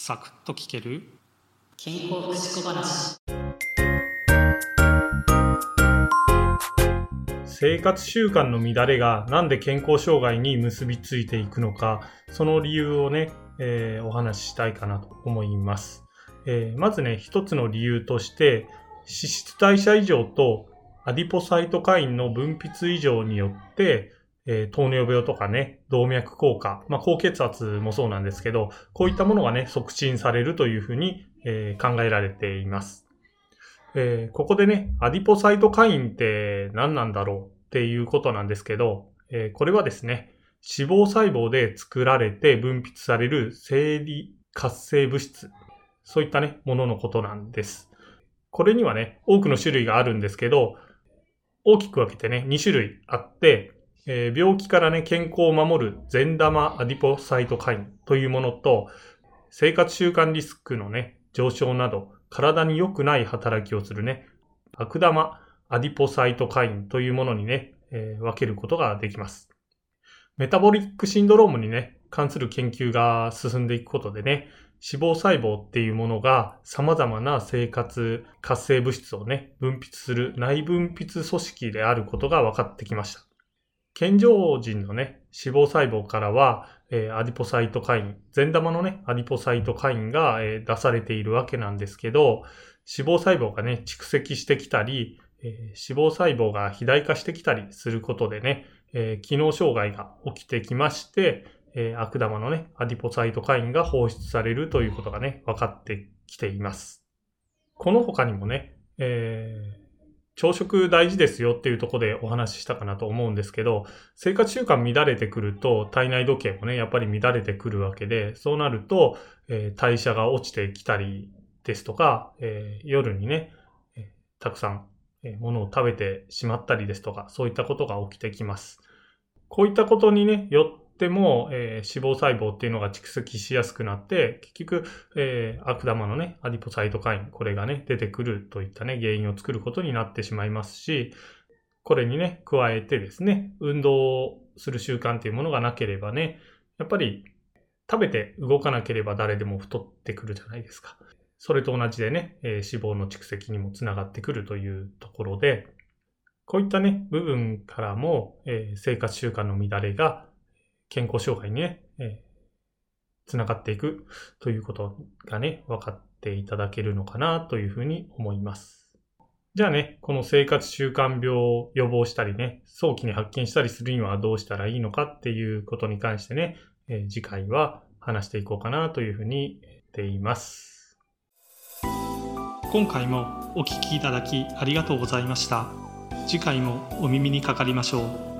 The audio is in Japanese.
サクッと聞ける健康福祉小話。 生活習慣の乱れがなんで健康障害に結びついていくのか、その理由をね、お話ししたいかなと思います。まずね、一つの理由として脂質代謝異常とアディポサイトカインの分泌異常によって糖尿病とかね、動脈硬化、高血圧もそうなんですけど、こういったものがね、促進されるというふうに、考えられています。ここでね、アディポサイトカインって何なんだろうっていうことなんですけど、これはですね、脂肪細胞で作られて分泌される生理活性物質、そういったね、もののことなんです。これにはね、多くの種類があるんですけど、大きく分けてね、2種類あって、病気からね、健康を守る善玉アディポサイトカインというものと、生活習慣リスクのね、上昇など、体に良くない働きをするね、悪玉アディポサイトカインというものにね、分けることができます。メタボリックシンドロームにね、関する研究が進んでいくことでね、脂肪細胞っていうものが様々な生活活性物質をね、分泌する内分泌組織であることが分かってきました。健常人のね、脂肪細胞からは、アディポサイトカイン、善玉のね、アディポサイトカインが、出されているわけなんですけど、脂肪細胞がね、蓄積してきたり、脂肪細胞が肥大化してきたりすることでね、機能障害が起きてきまして、悪玉のね、アディポサイトカインが放出されるということがね、分かってきています。この他にもね、朝食大事ですよっていうところでお話ししたかなと思うんですけど、生活習慣乱れてくると体内時計もね、やっぱり乱れてくるわけで、そうなると、代謝が落ちてきたりですとか、夜にね、たくさんものを食べてしまったりですとか、そういったことが起きてきます。こういったことにね、よっても、脂肪細胞っていうのが蓄積しやすくなって、結局、悪玉のね、アディポサイトカイン、これがね、出てくるといったね、原因を作ることになってしまいますし、これにね、加えてですね、運動する習慣っていうものがなければね、やっぱり食べて動かなければ誰でも太ってくるじゃないですか。それと同じでね、脂肪の蓄積にもつながってくるというところで、こういったね、部分からも、生活習慣の乱れが健康障害にね、つながっていくということがね、分かっていただけるのかなというふうに思います。じゃあね、この生活習慣病を予防したりね、早期に発見したりするにはどうしたらいいのかっていうことに関してね、次回は話していこうかなというふうに言っています。 今回もお聞きいただきありがとうございました。次回もお耳にかかりましょう。